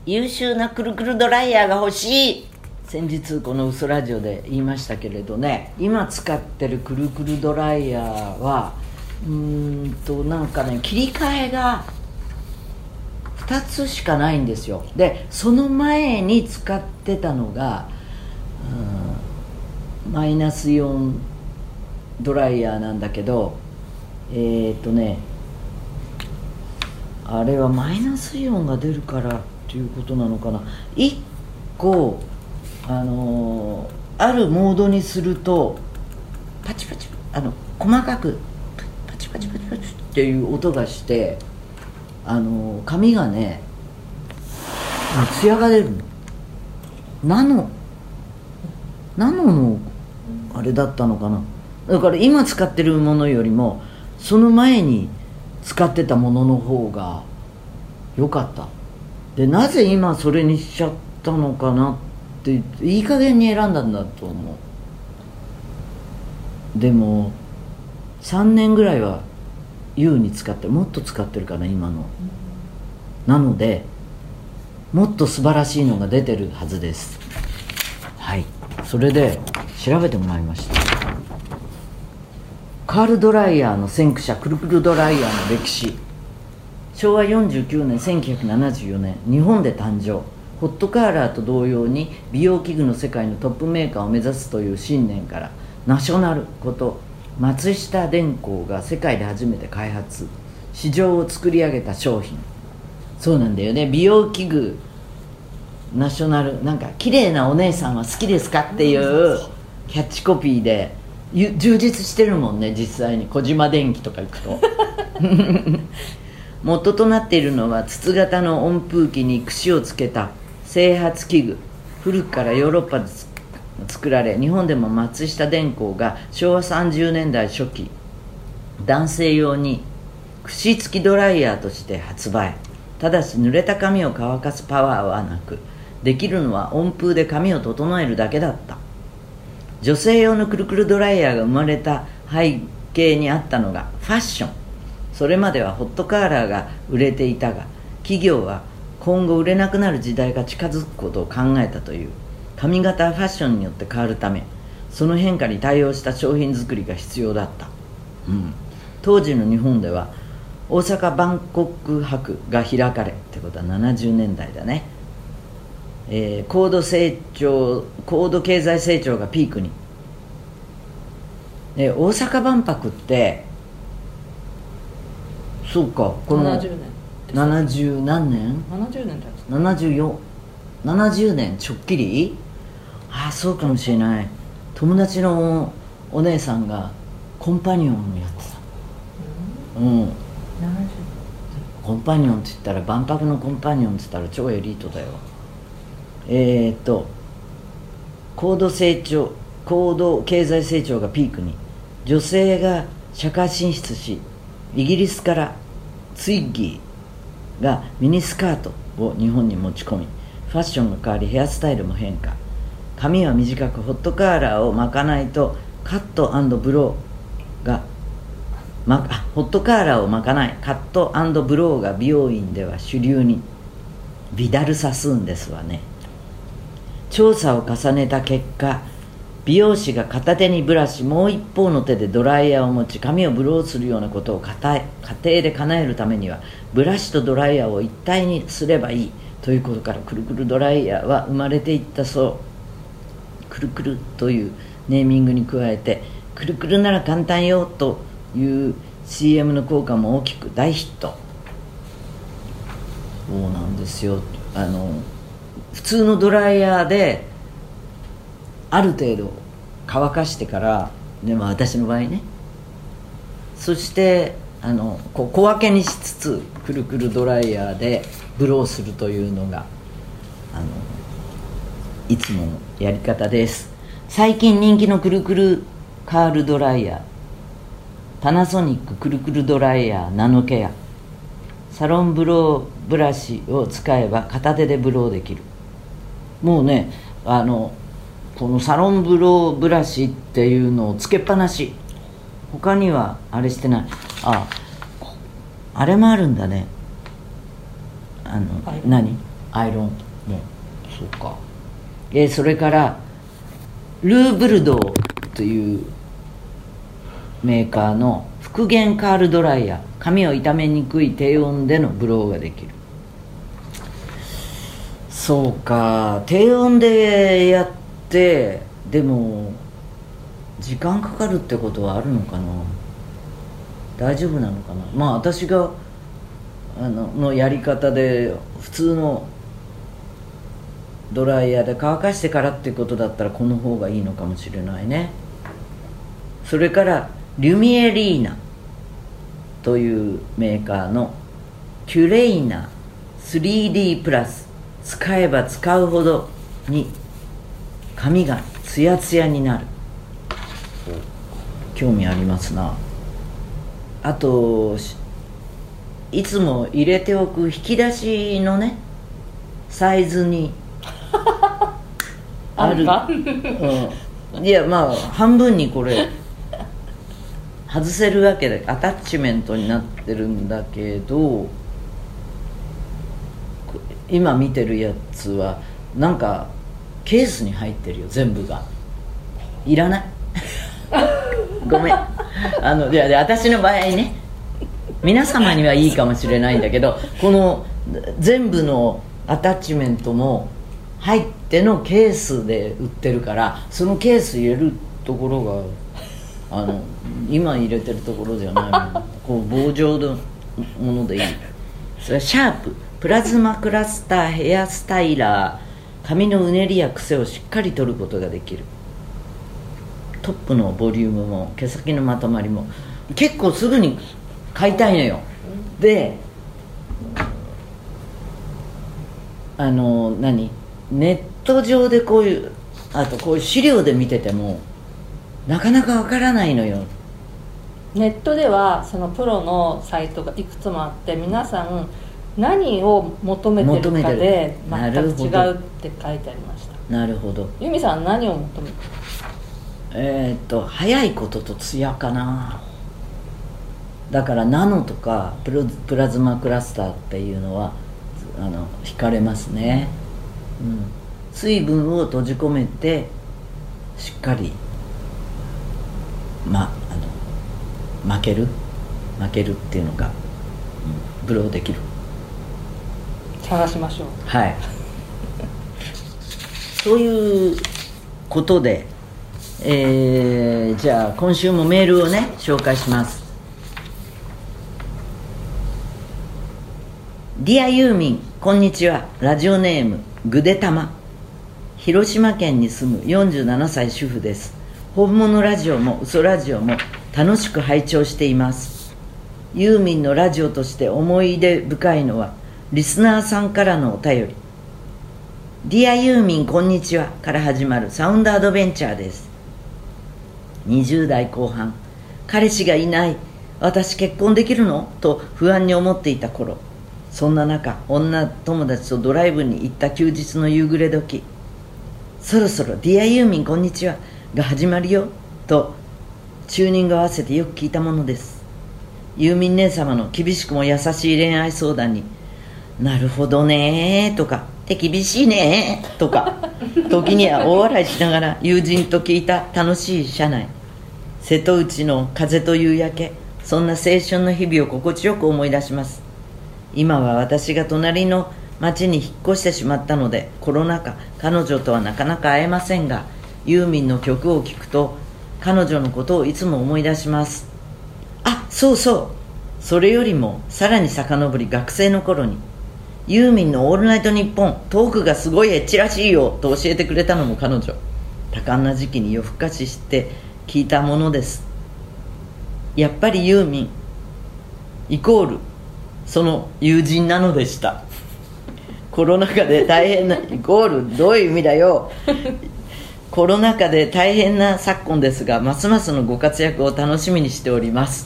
優秀なくるくるドライヤーが欲しい。先日このウソラジオで言いましたけれどね、今使ってるくるくるドライヤーはなんかね、切り替えが2つしかないんですよ。でその前に使ってたのがマイナスイオンドライヤーなんだけど、あれはマイナスイオンが出るからっていうことなのかな。1個あるモードにするとパチパチ細かくパチパチパチパチっていう音がして、髪がねツヤが出るの。ナノのあれだったのかな。だから今使ってるものよりもその前に使ってたものの方が良かった。でなぜ今それにしちゃったのかなっていい加減に選んだんだと思う。でも3年ぐらいは優に使ってる、もっと使ってるかな今の。なのでもっと素晴らしいのが出てるはずです。はい、それで調べてもらいました。カールドライヤーの先駆者、くるくるドライヤーの歴史。昭和49年1974年日本で誕生。ホットカーラーと同様に美容器具の世界のトップメーカーを目指すという信念から、ナショナルこと松下電工が世界で初めて開発市場を作り上げた商品。そうなんだよね、美容器具ナショナル、なんか綺麗なお姉さんは好きですかっていうキャッチコピーで充実してるもんね。実際に小島電機とか行くと元となっているのは筒型の温風機に串をつけた整髪器具。古くからヨーロッパで作られ、日本でも松下電工が昭和30年代初期男性用に串付きドライヤーとして発売。ただし濡れた髪を乾かすパワーはなく、できるのは温風で髪を整えるだけだった。女性用のくるくるドライヤーが生まれた背景にあったのがファッション。それまではホットカーラーが売れていたが、企業は今後売れなくなる時代が近づくことを考えたという。髪型はファッションによって変わるため、その変化に対応した商品作りが必要だった。当時の日本では大阪万国博が開かれってことは70年代だね。高度経済成長がピークに。大阪万博ってそうか、この 70年 70何年 70年だよ。 70年ちょっきり。ああそうかもしれない。友達のお姉さんがコンパニオンやってた。コンパニオンって言ったら、万博のコンパニオンって言ったら超エリートだよ。高度経済成長がピークに、女性が社会進出し、イギリスからツイッギーがミニスカートを日本に持ち込み、ファッションが変わりヘアスタイルも変化。髪は短くホットカーラーを巻かないとカット&ブローがホットカーラーを巻かないカット&ブローが美容院では主流に。ビダルサスーンですわね。調査を重ねた結果、美容師が片手にブラシ、もう一方の手でドライヤーを持ち髪をブローするようなことを家庭で叶えるためには、ブラシとドライヤーを一体にすればいいということから、くるくるドライヤーは生まれていったそう。くるくるというネーミングに加えて、くるくるなら簡単よという CM の効果も大きく大ヒット。そうなんですよ。普通のドライヤーである程度乾かしてから、でも私の場合ね、そして小分けにしつつくるくるドライヤーでブローするというのがいつものやり方です。最近人気のくるくるカールドライヤー、パナソニックくるくるドライヤーナノケア。サロンブローブラシを使えば片手でブローできる。もうね、このサロンブローブラシっていうのをつけっぱなし。他にはあれしてない。あれもあるんだね。何アイロンもそうか。それからルーブルドーというメーカーの復元カールドライヤー、髪を傷めにくい低温でのブローができる。そうか、低温でやって、でも時間かかるってことはあるのかな、大丈夫なのかな。まあ私がのやり方で普通のドライヤーで乾かしてからってことだったらこの方がいいのかもしれないね。それからリュミエリーナというメーカーのキュレイナ 3D プラス、使えば使うほどに髪がツヤツヤになる。興味ありますな。あといつも入れておく引き出しのねサイズにあるいやまあ半分にこれ外せるわけでアタッチメントになってるんだけど、今見てるやつはなんかケースに入ってるよ、全部が。いらないごめん。で私の場合ね、皆様にはいいかもしれないんだけど、この全部のアタッチメントも入ってのケースで売ってるから、そのケース入れるところが今入れてるところじゃないもん。こう棒状のものでいい。それはシャーププラズマクラスターヘアスタイラー、髪のうねりや癖をしっかり取ることができる。トップのボリュームも毛先のまとまりも結構すぐに買いたいのよ。でネット上でこういう資料で見ててもなかなかわからないのよ。 ネットではそのプロのサイトがいくつもあって、皆さん何を求めてるかで全く違うって書いてありました。 なるほど。 由美さん何を求めてる？ 早いこととツヤかな。だからナノとかプラズマクラスターっていうのは惹かれますね、水分を閉じ込めてしっかり負けるっていうのが、ブローできる。 探しましょう。 はいそういうことで、じゃあ今週もメールをね紹介します。ディアユーミン、こんにちは。ラジオネームぐでたま、広島県に住む47歳主婦です。本物ラジオも嘘ラジオも楽しく拝聴しています。ユーミンのラジオとして思い出深いのはリスナーさんからのお便り。ディアユーミンこんにちはから始まるサウンドアドベンチャーです。20代後半、彼氏がいない、私結婚できるのと不安に思っていた頃、そんな中、女友達とドライブに行った休日の夕暮れ時、そろそろディアユーミンこんにちはが始まるよとチューニング合わせてよく聞いたものです。ユーミン姉様の厳しくも優しい恋愛相談に、なるほどねとか手厳しいねとか時には大笑いしながら友人と聞いた楽しい車内、瀬戸内の風と夕焼け、そんな青春の日々を心地よく思い出します。今は私が隣の町に引っ越してしまったのでコロナ禍、彼女とはなかなか会えませんが、ユーミンの曲を聴くと彼女のことをいつも思い出します。あ、そうそう、それよりもさらに遡り学生の頃にユーミンのオールナイトニッポントークがすごいエッチらしいよと教えてくれたのも彼女。多感な時期に夜更かしして聞いたものです。やっぱりユーミンイコールその友人なのでした。コロナ禍で大変なイコールどういう意味だよコロナ禍で大変な昨今ですが、ますますのご活躍を楽しみにしております。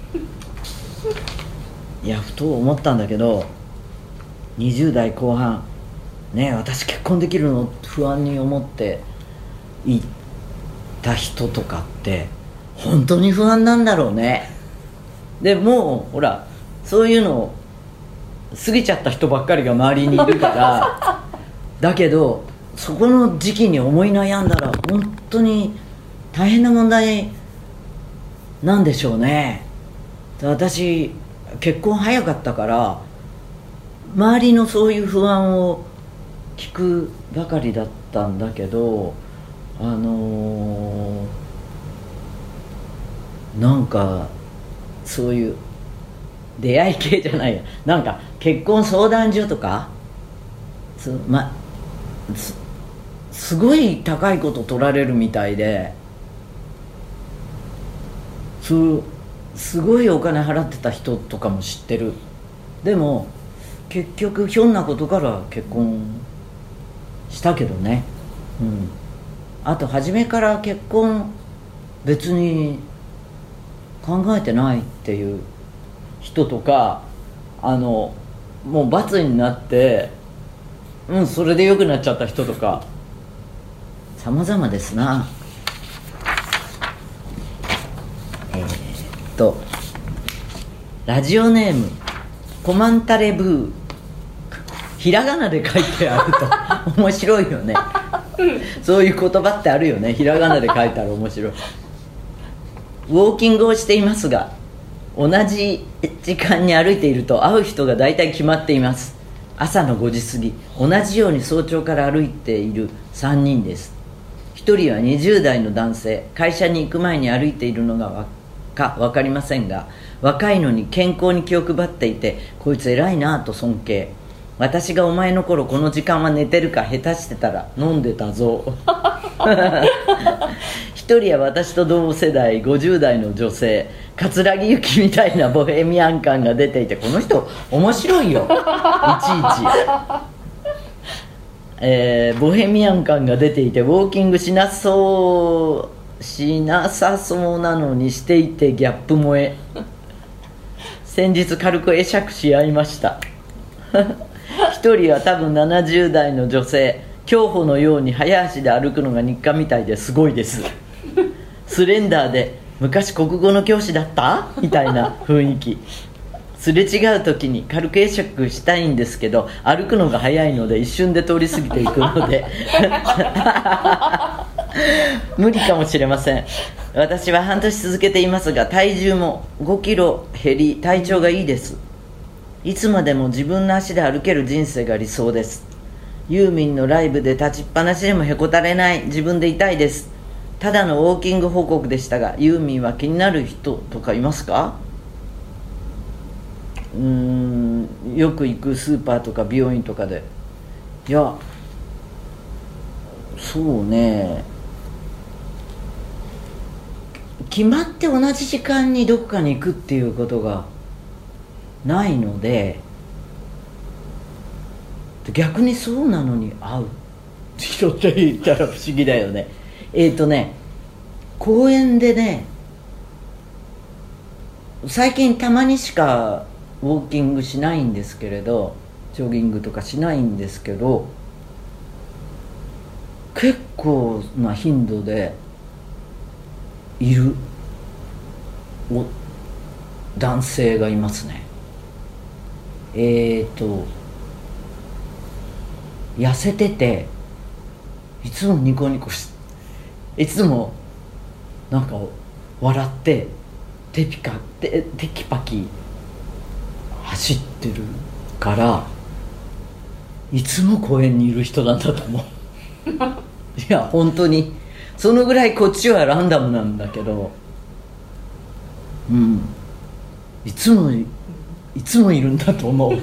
いや、ふと思ったんだけど、20代後半ね、私結婚できるの不安に思っていた人とかって本当に不安なんだろうね。でもうほら、そういうのを過ぎちゃった人ばっかりが周りにいるからだけどそこの時期に思い悩んだら本当に大変な問題なんでしょうね。私結婚早かったから周りのそういう不安を聞くばかりだったんだけど、なんかそういう出会い系じゃないや、なんか結婚相談所とかすごい高いこと取られるみたいで、すごいお金払ってた人とかも知ってる。でも結局ひょんなことから結婚したけどね、あと初めから結婚別に考えてないっていう人とか、もう罰になってそれで良くなっちゃった人とか様々ですな。ラジオネームコマンタレブー、ひらがなで書いてあると面白いよねそういう言葉ってあるよね、ひらがなで書いたら面白い。ウォーキングをしていますが同じ時間に歩いていると会う人が大体決まっています。朝の5時過ぎ、同じように早朝から歩いている3人です。1人は20代の男性、会社に行く前に歩いているのが分かりませんが、若いのに健康に気を配っていて、こいつ偉いなぁと尊敬。私がお前の頃この時間は寝てるか、下手してたら飲んでたぞ一人は私と同世代50代の女性、桂木由紀みたいなボヘミアン感が出ていて、この人面白いよいちいち、ボヘミアン感が出ていてウォーキングしなさそうなのにしていてギャップ萌え。先日軽く会釈し合いました一人は多分70代の女性、競歩のように早足で歩くのが日課みたいですごいですスレンダーで昔国語の教師だったみたいな雰囲気。すれ違う時に軽く会釈したいんですけど、歩くのが早いので一瞬で通り過ぎていくので無理かもしれません。私は半年続けていますが、体重も5キロ減り、体調がいいです。いつまでも自分の足で歩ける人生が理想です。ユーミンのライブで立ちっぱなしでもへこたれない自分でいたいです。ただのウォーキング報告でしたが、ユーミンは気になる人とかいますか？よく行くスーパーとか美容院とかで。いや、そうね、決まって同じ時間にどこかに行くっていうことがないので、逆にそうなのに会う人って言ったら不思議だよね。公園でね、最近たまにしかウォーキングしないんですけれど、ジョギングとかしないんですけど、結構な頻度でいる男性がいますね。痩せてて、いつもニコニコいつもなんか笑ってテキパキ走ってるから、いつも公園にいる人なんだと思ういや本当にそのぐらいこっちはランダムなんだけど、いつもいるんだと思う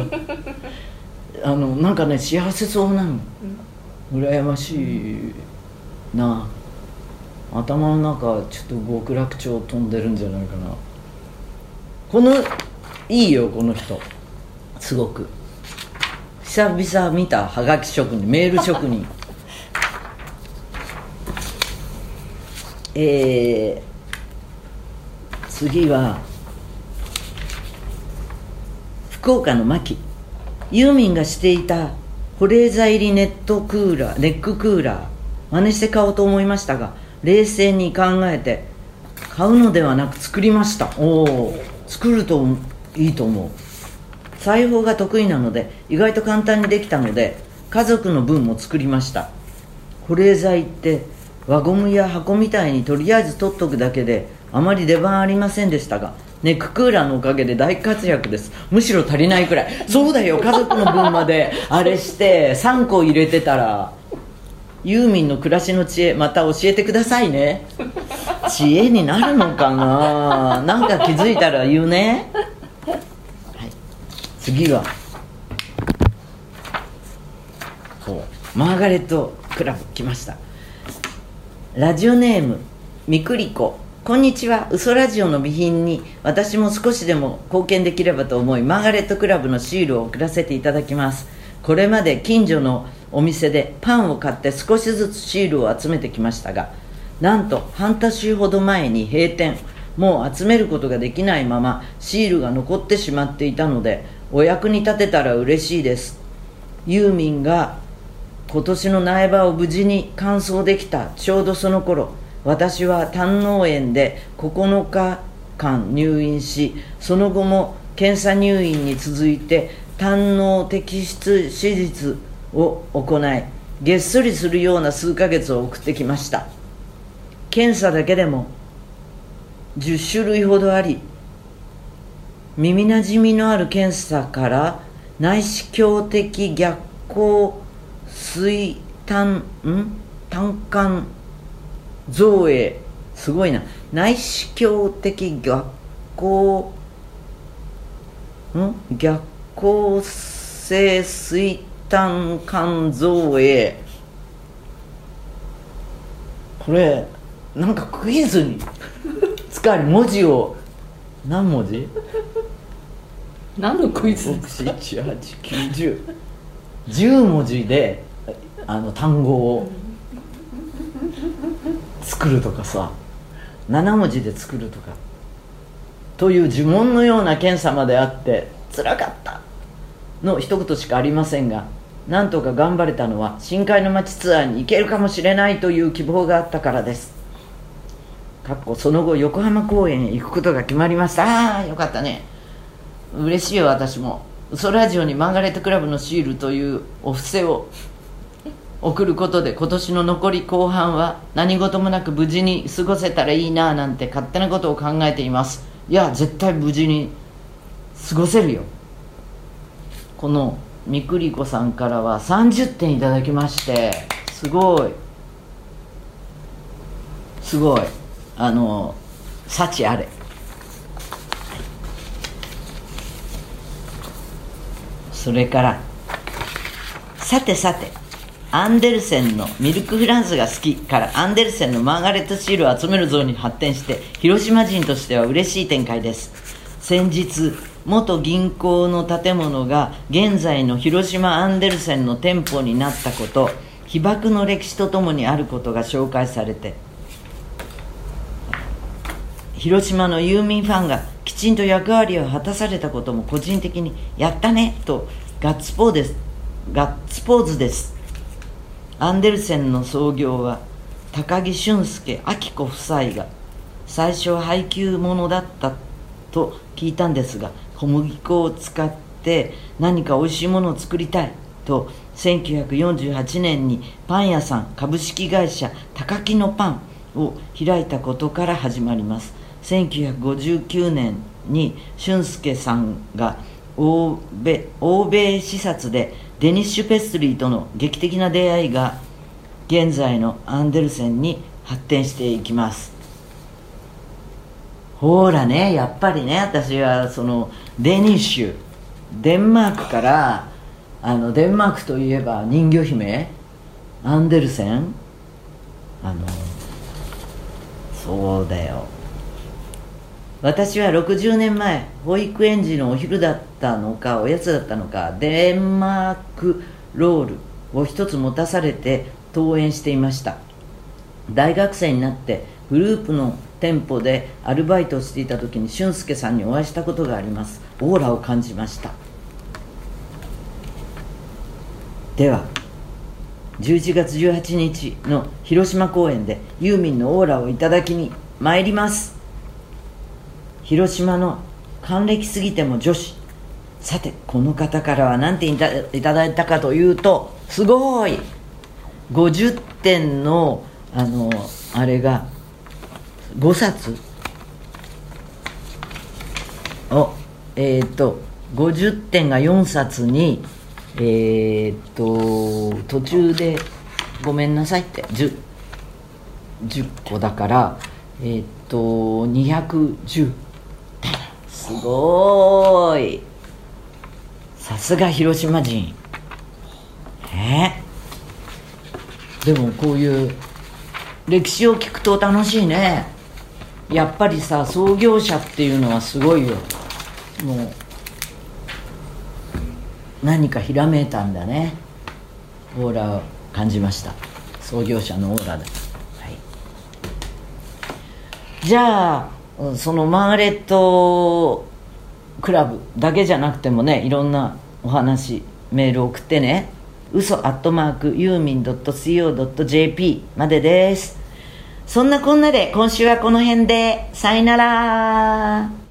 なんかね、幸せそうなの、羨ましいな。頭の中ちょっと極楽鳥飛んでるんじゃないかな。いいよこの人、すごく久々見た。はがき職人、メール職人次は福岡の牧。ユーミンがしていた保冷剤入りネッククーラー真似して買おうと思いましたが、冷静に考えて買うのではなく作りました。作るといいと思う。 裁縫が得意なので意外と簡単にできたので家族の分も作りました。保冷剤って輪ゴムや箱みたいにとりあえず取っとくだけであまり出番ありませんでしたが、ネッククーラーのおかげで大活躍です。むしろ足りないくらい。そうだよ、家族の分まであれして3個入れてたら。ユーミンの暮らしの知恵また教えてくださいね。知恵になるのかな、なんか気づいたら言うね。はい、次はそうマーガレットクラブ来ました。ラジオネームみくりこ。こんにちは。嘘ラジオの備品に私も少しでも貢献できればと思いマーガレットクラブのシールを送らせていただきます。これまで近所のお店でパンを買って少しずつシールを集めてきましたが、なんと半年ほど前に閉店、もう集めることができないままシールが残ってしまっていたので、お役に立てたら嬉しいです。ユーミンが今年の苗場を無事に完走できたちょうどその頃、私は胆嚢炎で9日間入院し、その後も検査入院に続いて胆嚢摘出手術を行い、げっそりするような数ヶ月を送ってきました。検査だけでも10種類ほどあり、耳なじみのある検査から内視鏡的逆光水胆管造影、すごいな、内視鏡的逆光逆光性水胆管造影、これなんかクイズに使える文字を何文字？ 何のクイズですか？ 10文字で単語を作るとかさ、7文字で作るとかという呪文のような検査まであって辛かったの一言しかありませんが、なんとか頑張れたのは深海の街ツアーに行けるかもしれないという希望があったからです。その後横浜公演へ行くことが決まりました。ああよかったね、嬉しいよ。私も嘘ラジオにマーガレットクラブのシールというお布施を送ることで、今年の残り後半は何事もなく無事に過ごせたらいいななんて勝手なことを考えています。いや絶対無事に過ごせるよ。このみくりこさんからは30点いただきまして、すごいすごい、幸あれ。それからさてアンデルセンのミルクフランスが好きからアンデルセンのマーガレットシールを集める像に発展して、広島人としては嬉しい展開です。先日元銀行の建物が現在の広島アンデルセンの店舗になったこと、被爆の歴史とともにあることが紹介されて、広島のユーミンファンがきちんと役割を果たされたことも個人的にやったねとガッツポーズです。アンデルセンの創業は高木俊介明子夫妻が最初は配給物だったと聞いたんですが、小麦粉を使って何かおいしいものを作りたいと1948年にパン屋さん株式会社高木のパンを開いたことから始まります。1959年に俊介さんが欧米視察でデニッシュ・ペストリーとの劇的な出会いが現在のアンデルセンに発展していきます。ほらね、やっぱりね、私はそのデニッシュ、デンマークからデンマークといえば人魚姫アンデルセン、そうだよ。私は60年前保育園児のお昼だったのかおやつだったのかデンマークロールを一つ持たされて登園していました。大学生になってグループの店舗でアルバイトをしていた時に俊介さんにお会いしたことがあります。オーラを感じました。では11月18日の広島公演でユーミンのオーラをいただきに参ります。広島の還暦すぎても女子、 さてこの方からは何ていただいたかというと、すごい50点のあれが5冊を50点が4冊に途中でごめんなさいって10個だから210点。すごい、さすが広島人。でもこういう歴史を聞くと楽しいね。やっぱりさ、創業者っていうのはすごいよ。もう何かひらめいたんだね。オーラを感じました。創業者のオーラだ。じゃあそのマーガレットクラブだけじゃなくてもね、いろんなお話メール送ってね。uso@yumin.co.jp までです。そんなこんなで今週はこの辺でさよなら。